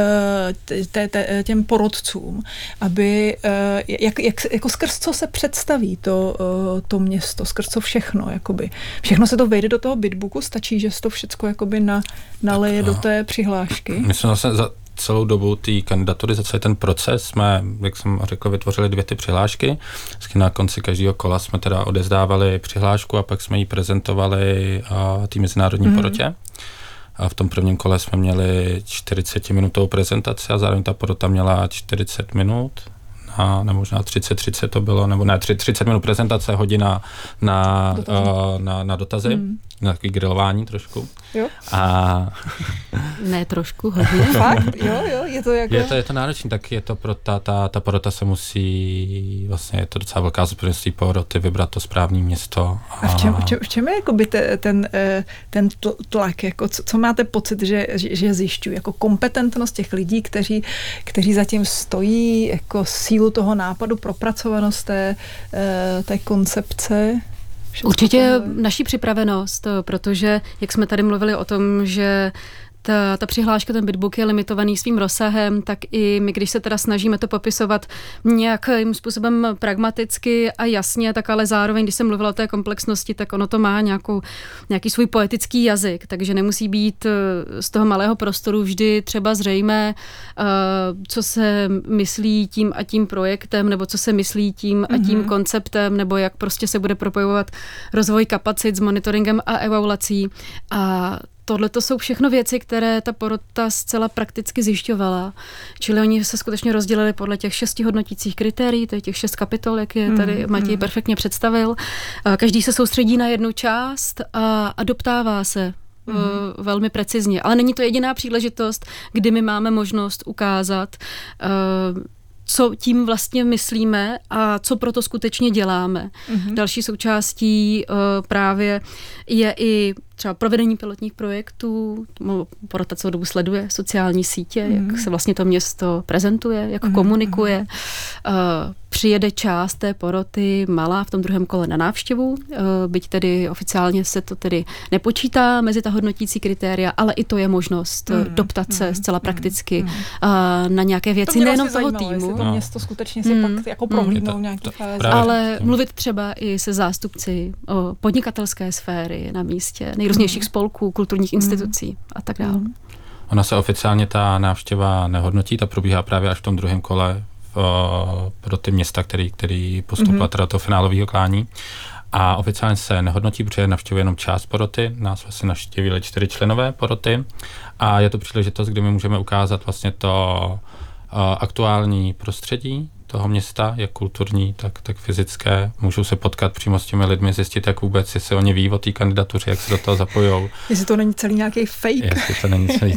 těm porotcům, aby jako skrz co se představí to město, skrz co všechno, jakoby. Všechno se to vejde do toho bitbooku, stačí, že to všecko jakoby naleje do té přihlášky. My jsme vlastně za celou dobu té kandidatury, za celý ten proces jsme, jak jsem řekl, vytvořili 2 ty přihlášky. Na konci každého kola jsme teda odezdávali přihlášku a pak jsme ji prezentovali té mezinárodní porotě. A v tom prvním kole jsme měli 40-minutovou prezentaci a zároveň ta porota měla 40 minut. Nebo možná 30 to bylo, nebo ne, 30 minut prezentace, hodina na dotazy, na takový grilování trošku. Jo. A ne trošku, hodně. Fakt? Jo, je to jako... Je to náročný, tak je to pro ta porota se musí, vlastně je to docela velká zodpovědnost poroty vybrat to správné město. A v čem je jakoby ten tlak, jako co máte pocit, že zjišťují, jako kompetentnost těch lidí, kteří zatím stojí, jako sílu toho nápadu, propracovanost té koncepce? Určitě naší připravenost, protože, jak jsme tady mluvili o tom, že ta přihláška, ten bitbook je limitovaný svým rozsahem, tak i my, když se teda snažíme to popisovat nějakým způsobem pragmaticky a jasně, tak ale zároveň, když jsem mluvila o té komplexnosti, tak ono to má nějaký svůj poetický jazyk, takže nemusí být z toho malého prostoru vždy třeba zřejmé, co se myslí tím a tím projektem, nebo co se myslí tím a tím konceptem, nebo jak prostě se bude propojovat rozvoj kapacit s monitoringem a evaluací. A tohle to jsou všechno věci, které ta porota zcela prakticky zjišťovala. Čili oni se skutečně rozdělili podle těch 6 hodnotících kritérií, to je těch 6 kapitol, jak je tady Matěj perfektně představil. Každý se soustředí na jednu část a doptává se velmi precizně. Ale není to jediná příležitost, kdy my máme možnost ukázat, co tím vlastně myslíme a co proto skutečně děláme. Další součástí právě je i třeba provedení pilotních projektů, porota celou dobu sleduje sociální sítě, jak se vlastně to město prezentuje, jak komunikuje. Přijede část té poroty malá v tom druhém kole na návštěvu, byť tedy oficiálně se to tedy nepočítá mezi ta hodnotící kritéria, ale i to je možnost doptat se zcela prakticky na nějaké věci, nejenom toho týmu. To město skutečně si pak jako prohlídnou nějaký fáze. Ale mluvit třeba i se zástupci podnikatelské sféry na místě, nejrůznějších spolků, kulturních institucí a tak dále. Ona se oficiálně ta návštěva nehodnotí, ta probíhá právě až v tom druhém kole pro ty města, který postupila teda do finálového klání. A oficiálně se nehodnotí, protože navštěvuje jenom část poroty. Nás vlastně navštívili 4 členové poroty. A je to příležitost, kdy my můžeme ukázat vlastně to aktuální prostředí toho města, jak kulturní, tak fyzické. Můžou se potkat přímo s těmi lidmi, zjistit, jak vůbec, jestli oni ví o té kandidatuře, jak se do toho zapojou. Jestli to není celý nějaký fake. Jestli to není celý.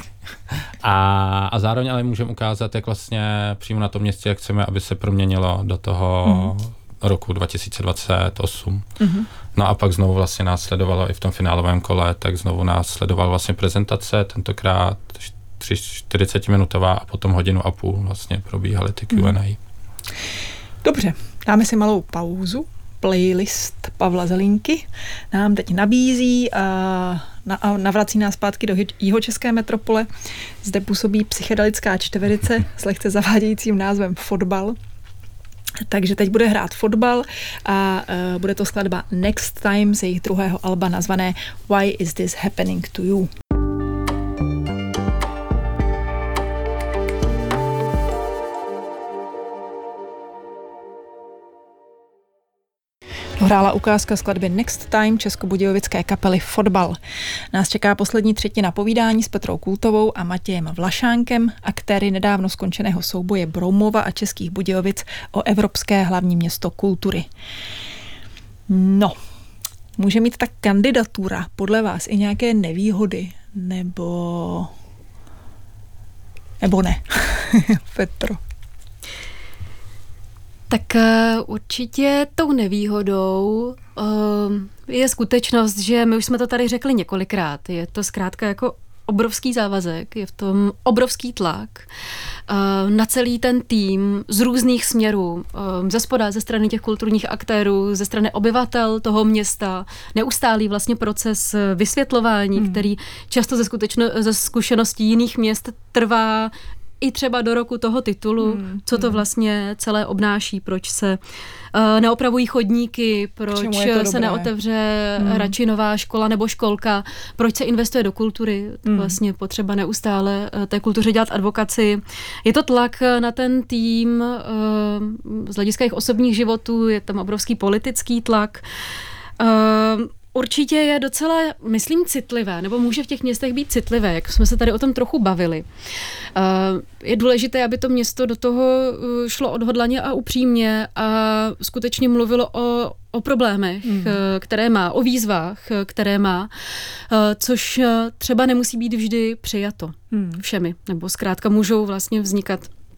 A zároveň ale můžeme ukázat, jak vlastně přímo na tom městě, jak chceme, aby se proměnilo do toho roku 2028. No a pak znovu vlastně nás sledovalo i v tom finálovém kole, tak znovu nás sledovala vlastně prezentace, tentokrát 40-minutová a potom 1,5 hodiny vlastně probíhaly ty Q&A. Dobře, dáme si malou pauzu. Playlist Pavla Zelínky nám teď nabízí a navrací nás zpátky do jihočeské metropole. Zde působí psychedelická čtverice s lehce zavádějícím názvem Fotbal. Takže teď bude hrát Fotbal a bude to skladba Next Time z jejich druhého alba nazvané Why is this happening to you? Hrála ukázka skladby Next Time českobudějovické kapely Fotbal. Nás čeká poslední třetina povídání s Petrou Kultovou a Matějem Vlašánkem, aktéry nedávno skončeného souboje Broumova a Českých Budějovic o Evropské hlavní město kultury. No, může mít ta kandidatura podle vás i nějaké nevýhody, nebo ne? Petro. Tak určitě tou nevýhodou je skutečnost, že my už jsme to tady řekli několikrát. Je to zkrátka jako obrovský závazek, je v tom obrovský tlak na celý ten tým z různých směrů, ze strany těch kulturních aktérů, ze strany obyvatel toho města, neustálý vlastně proces vysvětlování, který často ze zkušeností jiných měst trvá i třeba do roku toho titulu, co to vlastně celé obnáší, proč se neopravují chodníky, proč se neotevře radši nová škola nebo školka, proč se investuje do kultury, vlastně potřeba neustále té kultuře dělat advokaci. Je to tlak na ten tým z hlediska jejich osobních životů, je tam obrovský politický tlak. Určitě je docela, myslím, citlivé, nebo může v těch městech být citlivé, jak jsme se tady o tom trochu bavili. Je důležité, aby to město do toho šlo odhodlaně a upřímně a skutečně mluvilo o problémech, které má, o výzvách, které má, což třeba nemusí být vždy přijato všemi, nebo zkrátka můžou vlastně vznikat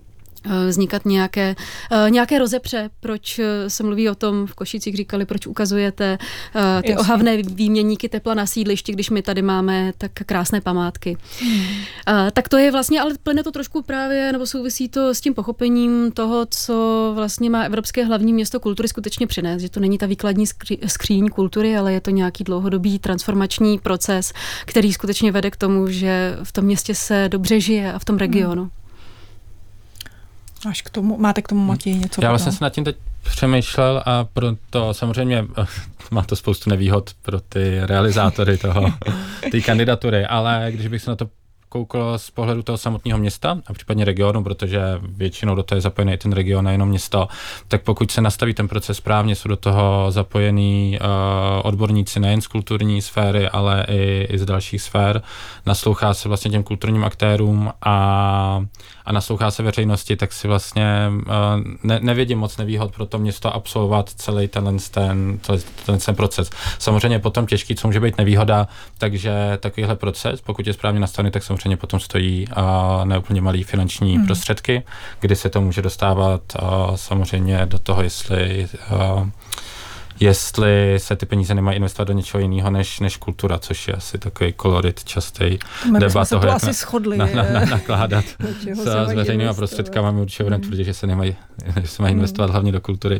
nějaké rozepře, proč se mluví o tom, v Košicích říkali, proč ukazujete ty ohavné výměníky tepla na sídlišti, když my tady máme tak krásné památky. Tak to je vlastně, ale plyne to trošku právě, nebo souvisí to s tím pochopením toho, co vlastně má Evropské hlavní město kultury skutečně přinést, že to není ta výkladní skříň kultury, ale je to nějaký dlouhodobý transformační proces, který skutečně vede k tomu, že v tom městě se dobře žije a v tom regionu. Až k tomu, máte k tomu, Matěj, něco? Já vlastně jsem nad tím teď přemýšlel a proto samozřejmě má to spoustu nevýhod pro ty realizátory té kandidatury, ale když bych se na to koukal z pohledu toho samotného města a případně regionu, protože většinou do toho je zapojený i ten region a jenom město, tak pokud se nastaví ten proces správně, jsou do toho zapojení odborníci nejen z kulturní sféry, ale i z dalších sfér, naslouchá se vlastně těm kulturním aktérům a naslouchá se veřejnosti, tak si vlastně nevidím moc nevýhod pro to město absolvovat celý ten proces. Samozřejmě potom těžký, co může být nevýhoda, takže takovýhle proces, pokud je správně nastavený, tak samozřejmě potom stojí neúplně malý finanční prostředky, kdy se to může dostávat samozřejmě do toho, jestli se ty peníze nemají investovat do něčeho jiného než kultura, což je asi takový kolorit častý debat toho, jak nakládat s veřejnými prostředkami. My určitě budeme tvrdit, že se mají investovat hlavně do kultury.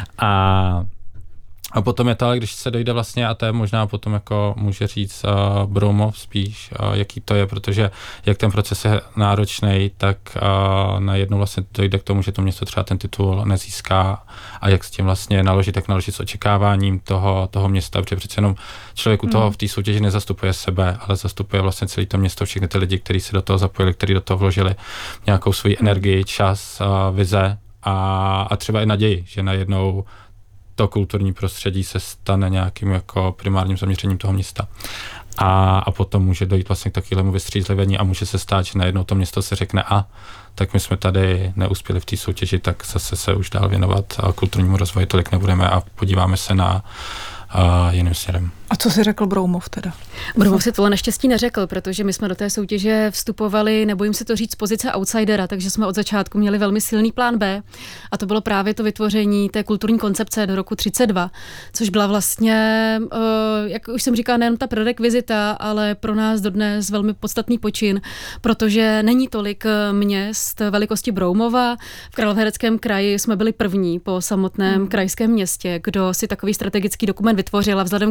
A potom je to, ale když se dojde vlastně, a to je možná potom jako může říct Broumov spíš, jaký to je, protože jak ten proces je náročný, tak najednou vlastně dojde k tomu, že to město třeba ten titul nezíská a jak s tím vlastně naložit, tak naložit s očekáváním toho města, protože přece jenom člověk u toho v té soutěži nezastupuje sebe, ale zastupuje vlastně celé to město, všechny ty lidi, kteří se do toho zapojili, kteří do toho vložili nějakou svoji energii, čas, vize a třeba i naději, že najednou to kulturní prostředí se stane nějakým jako primárním zaměřením toho města. A potom může dojít vlastně k takovému vystřízlivení a může se stát, že najednou to město se řekne tak my jsme tady neuspěli v té soutěži, tak zase se už dál věnovat kulturnímu rozvoji tolik nebudeme a podíváme se na jiným směrem. A co si řekl Broumov teda? Broumov si tohle naštěstí neřekl, protože my jsme do té soutěže vstupovali, nebojím se to říct, z pozice outsidera, takže jsme od začátku měli velmi silný plán B a to bylo právě to vytvoření té kulturní koncepce do roku 32, což byla vlastně, jak už jsem říkala, nejen ta prerekvizita, ale pro nás dodnes velmi podstatný počin, protože není tolik měst velikosti Broumova. V Královéhradeckém kraji jsme byli první po samotném krajském městě, kdo si takový strategický dokument vytvořil a vzhledem k tomu, že jsme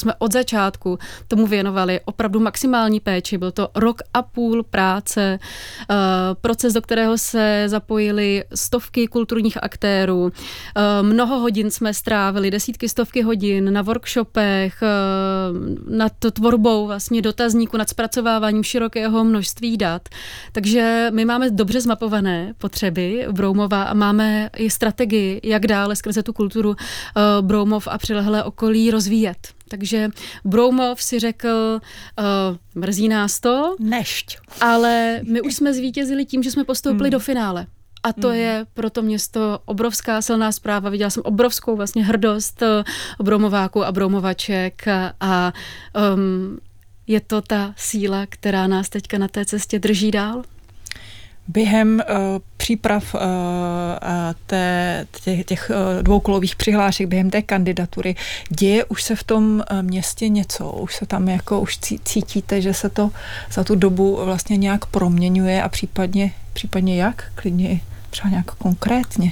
jsme od začátku tomu věnovali opravdu maximální péči. Byl to 1,5 roku práce, proces, do kterého se zapojili stovky kulturních aktérů. Mnoho hodin jsme strávili, desítky, stovky hodin na workshopech, nad tvorbou vlastně dotazníku, nad zpracováváním širokého množství dat. Takže my máme dobře zmapované potřeby Broumova a máme i strategii, jak dále skrze tu kulturu Broumov a přilehlé okolí rozvíjet. Takže Broumov si řekl, mrzí nás to, nešť. Ale my už jsme zvítězili tím, že jsme postoupili do finále. A to je pro to město obrovská silná zpráva. Viděla jsem obrovskou vlastně hrdost Broumováků a Broumovaček a je to ta síla, která nás teďka na té cestě drží dál. Během příprav těch dvoukolových přihlášek, během té kandidatury, děje už se v tom městě něco? Už se tam jako už cítíte, že se to za tu dobu vlastně nějak proměňuje a případně jak? Klidně třeba nějak konkrétně.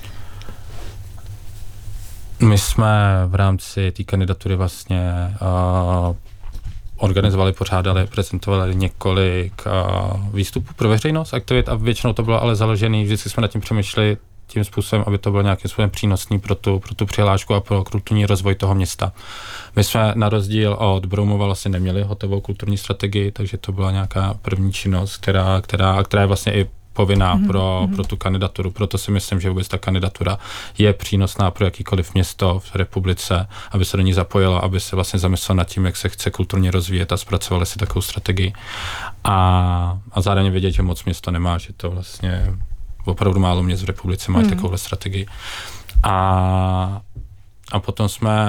My jsme v rámci té kandidatury vlastně organizovali, pořádali, prezentovali několik výstupů pro veřejnost, aktivit a většinou to bylo ale založené, vždycky jsme nad tím přemýšleli tím způsobem, aby to bylo nějakým způsobem přínosný pro tu přihlášku a pro kulturní rozvoj toho města. My jsme na rozdíl od Broumova vlastně neměli hotovou kulturní strategii, takže to byla nějaká první činnost, která je vlastně i povinná pro tu kandidaturu. Proto si myslím, že vůbec ta kandidatura je přínosná pro jakýkoliv město v republice, aby se do ní zapojilo, aby se vlastně zamyslel nad tím, jak se chce kulturně rozvíjet a zpracovali si takovou strategii. A zároveň vědět, že moc město nemá, že to vlastně opravdu málo měst v republice má takovou strategii. A potom jsme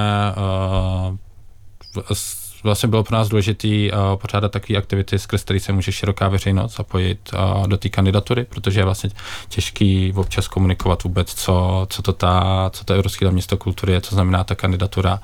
vlastně bylo pro nás důležité pořádat takové aktivity, skrz které se může široká veřejnost zapojit do té kandidatury, protože je vlastně těžký občas komunikovat vůbec, co to Evropské město kultury je, co znamená ta kandidatura.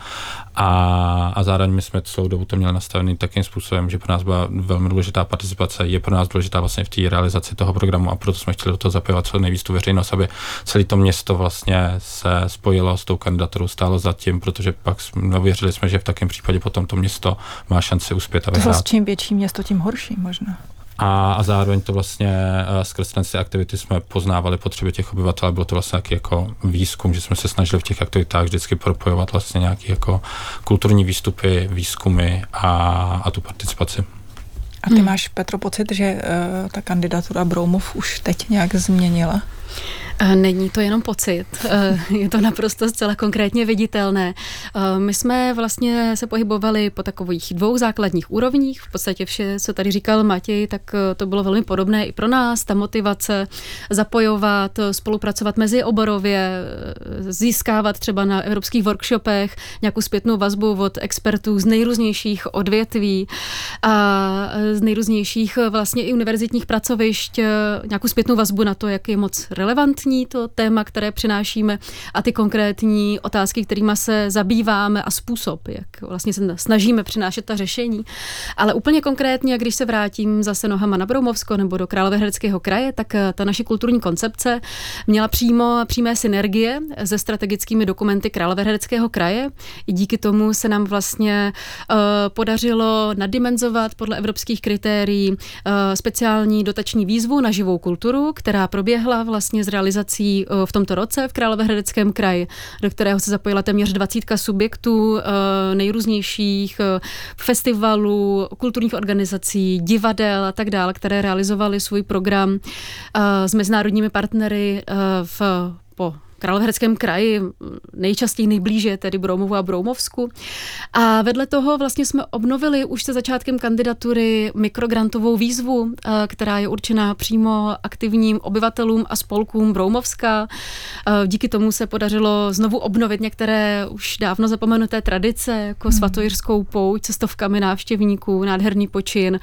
A zároveň my jsme celou dobu to měli nastavený takým způsobem, že pro nás byla velmi důležitá participace, je pro nás důležitá vlastně v té realizaci toho programu a proto jsme chtěli do toho zapojovat co nejvíc tu veřejnost, aby celé to město vlastně se spojilo s tou kandidaturou, stálo za tím, protože pak věřili jsme, že v takém případě potom to město má šanci uspět a vyhrát. Čím větší město, tím horší možná. A zároveň to vlastně skrz ty aktivity jsme poznávali potřeby těch obyvatel, bylo to vlastně nějaký jako výzkum, že jsme se snažili v těch aktivitách vždycky propojovat vlastně nějaký jako kulturní výstupy, výzkumy a tu participaci. A ty máš, Petro, pocit, že ta kandidatura Broumov už teď nějak změnila? Není to jenom pocit, je to naprosto zcela konkrétně viditelné. My jsme vlastně se pohybovali po takových 2 základních úrovních. V podstatě vše, co tady říkal Matěj, tak to bylo velmi podobné i pro nás. Ta motivace zapojovat, spolupracovat mezioborově, získávat třeba na evropských workshopech nějakou zpětnou vazbu od expertů z nejrůznějších odvětví a z nejrůznějších vlastně i univerzitních pracovišť, nějakou zpětnou vazbu na to, jak je moc relevantní to téma, které přinášíme a ty konkrétní otázky, kterými se zabýváme a způsob, jak vlastně se snažíme přinášet ta řešení. Ale úplně konkrétně, když se vrátím zase nohama na Broumovsko nebo do Královéhradeckého kraje, tak ta naše kulturní koncepce měla přímé synergie se strategickými dokumenty Královéhradeckého kraje. I díky tomu se nám vlastně podařilo naddimenzovat podle evropských kritérií speciální dotační výzvu na živou kulturu, která proběhla vlastně z realizací v tomto roce v Královéhradeckém kraji, do kterého se zapojila téměř 20 subjektů nejrůznějších festivalů, kulturních organizací, divadel a tak dále, které realizovaly svůj program s mezinárodními partnery po Královéhradeckém kraji, nejčastěji nejblíže tedy Broumovu a Broumovsku. A vedle toho vlastně jsme obnovili už se začátkem kandidatury mikrograntovou výzvu, která je určená přímo aktivním obyvatelům a spolkům Broumovska. Díky tomu se podařilo znovu obnovit některé už dávno zapomenuté tradice, jako svatojirskou pouť, cestovkami návštěvníků, nádherný počin.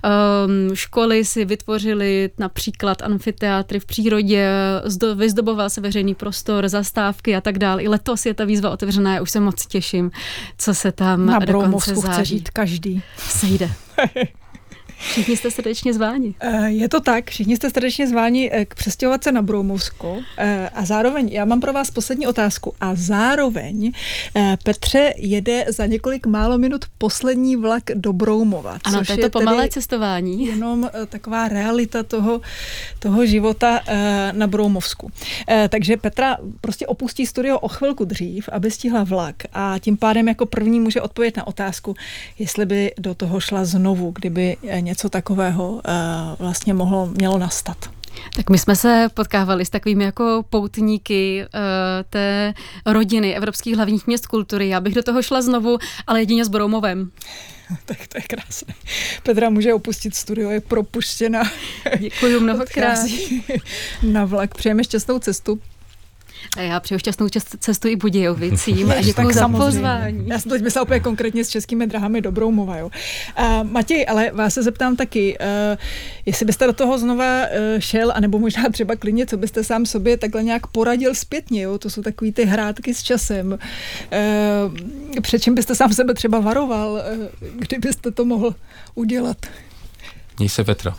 Školy si vytvořily například amfiteátry v přírodě, vyzdoboval se veřejný prostor, zastávky a tak dále. I letos je ta výzva otevřená, já už se moc těším, co se tam na do konce Broumovsku září chce žít každý. sejde. Všichni jste srdečně zváni. Je to tak, všichni jste srdečně zváni k přestěhovat se na Broumovsko a zároveň, já mám pro vás poslední otázku a zároveň Petře jede za několik málo minut poslední vlak do Broumova. Ano, to je to pomalé cestování. Jenom taková realita toho života na Broumovsku. Takže Petra prostě opustí studio o chvilku dřív, aby stihla vlak a tím pádem jako první může odpovědět na otázku, jestli by do toho šla znovu, kdyby něco takového vlastně mělo nastat. Tak my jsme se potkávali s takovými jako poutníky té rodiny Evropských hlavních měst kultury. Já bych do toho šla znovu, ale jedině s Broumovem. Tak to je krásné. Petra může opustit studio, je propuštěna. Děkuji mnohokrát. Na vlak. Přejeme šťastnou cestu. A já přeju šťastnou cestu i Budějovicím a děkuji za pozvání. Já teď myslím úplně konkrétně s Českými drahami do Broumova. Jo. Matěj, ale vás se zeptám taky, jestli byste do toho znova šel, anebo možná třeba klidně, co byste sám sobě takhle nějak poradil zpětně. Jo? To jsou takový ty hrátky s časem. Před čím byste sám sebe třeba varoval, kdybyste to mohl udělat? Měj se, Petro.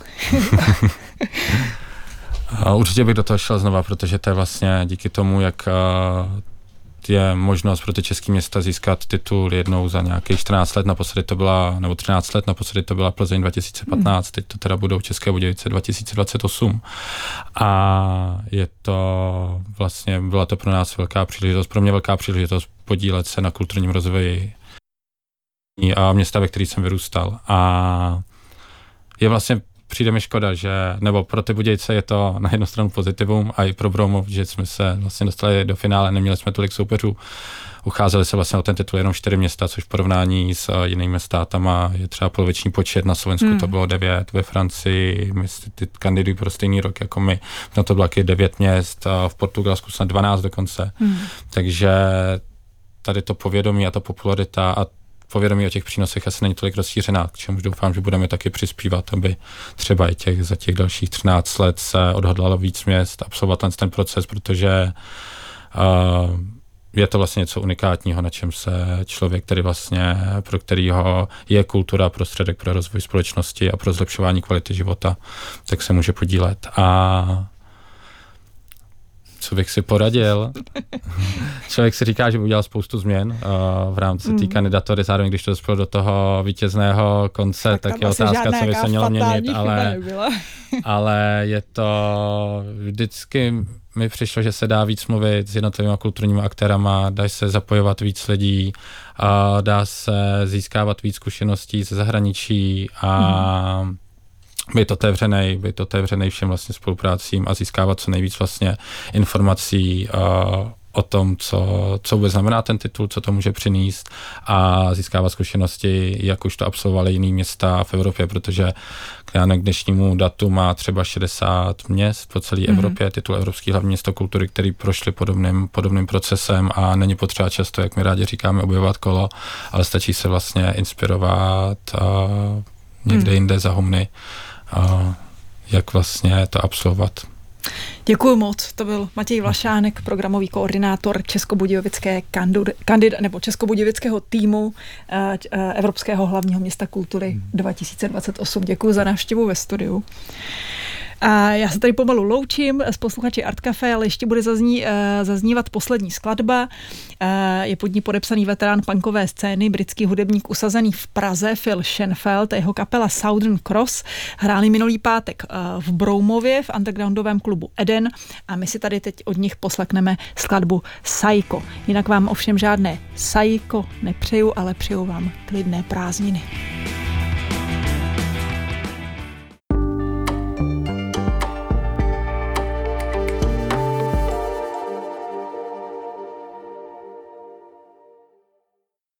Určitě bych do toho šel znova, protože to je vlastně díky tomu, jak je možnost pro ty české města získat titul jednou za nějakých 14 let, naposledy to byla, nebo 13 let, naposledy to byla Plzeň 2015, teď to teda budou České Budějovice 2028. A je to vlastně, byla to pro nás velká příležitost, pro mě velká příležitost podílet se na kulturním rozvoji a města, ve kterých jsem vyrůstal. A je vlastně přijde mi škoda, nebo pro ty Budějce je to na jednu stranu pozitivum a i pro Broumov, že jsme se vlastně dostali do finále, neměli jsme tolik soupeřů. Ucházeli se vlastně o ten titul jenom 4 města, což v porovnání s jinými státama je třeba poloviční počet. Na Slovensku to bylo 9, ve Francii ty kandidují pro stejný rok jako my. No to bylo 9 měst, v Portugalsku snad 12 dokonce. Takže tady to povědomí a ta popularita a povědomí o těch přínosech asi není tolik rozšířená, k čemuž doufám, že budeme taky přispívat, aby třeba i za těch dalších 13 let se odhodlalo víc měst absolvovat ten proces, protože je to vlastně něco unikátního, na čem se člověk, který vlastně, pro kterýho je kultura prostředek pro rozvoj společnosti a pro zlepšování kvality života, tak se může podílet. A co bych si poradil? Člověk si říká, že by udělal spoustu změn v rámci té kandidatury, zároveň když to dospělo do toho vítězného konce, tak je otázka, co by se mělo měnit, ale je to vždycky mi přišlo, že se dá víc mluvit s jednotlivými kulturními aktérama, dá se zapojovat víc lidí, dá se získávat víc zkušeností ze zahraničí a být otevřenej všem vlastně spoluprácím a získávat co nejvíc vlastně informací o tom, co vůbec znamená ten titul, co to může přinést a získávat zkušenosti, jak už to absolvovaly jiný města v Evropě, protože k dnešnímu datu má třeba 60 měst po celé Evropě titul Evropský hlavní město kultury, který prošli podobným procesem a není potřeba často, jak my rádi říkáme, objevovat kolo, ale stačí se vlastně inspirovat někde jinde za humny, jak vlastně to absolvovat. Děkuju moc. To byl Matěj Vlašánek, programový koordinátor českobudějovického týmu Evropského hlavního města kultury 2028. Děkuju za návštěvu ve studiu. A já se tady pomalu loučím s posluchači Art Café, ale ještě bude zaznívat poslední skladba. Je pod ní podepsaný veterán punkové scény, britský hudebník usazený v Praze, Phil Shenfeld a jeho kapela Southern Cross hráli minulý pátek v Broumově v undergroundovém klubu Eden a my si tady teď od nich poslekneme skladbu Psycho. Jinak vám ovšem žádné Psycho nepřeju, ale přeju vám klidné prázdniny.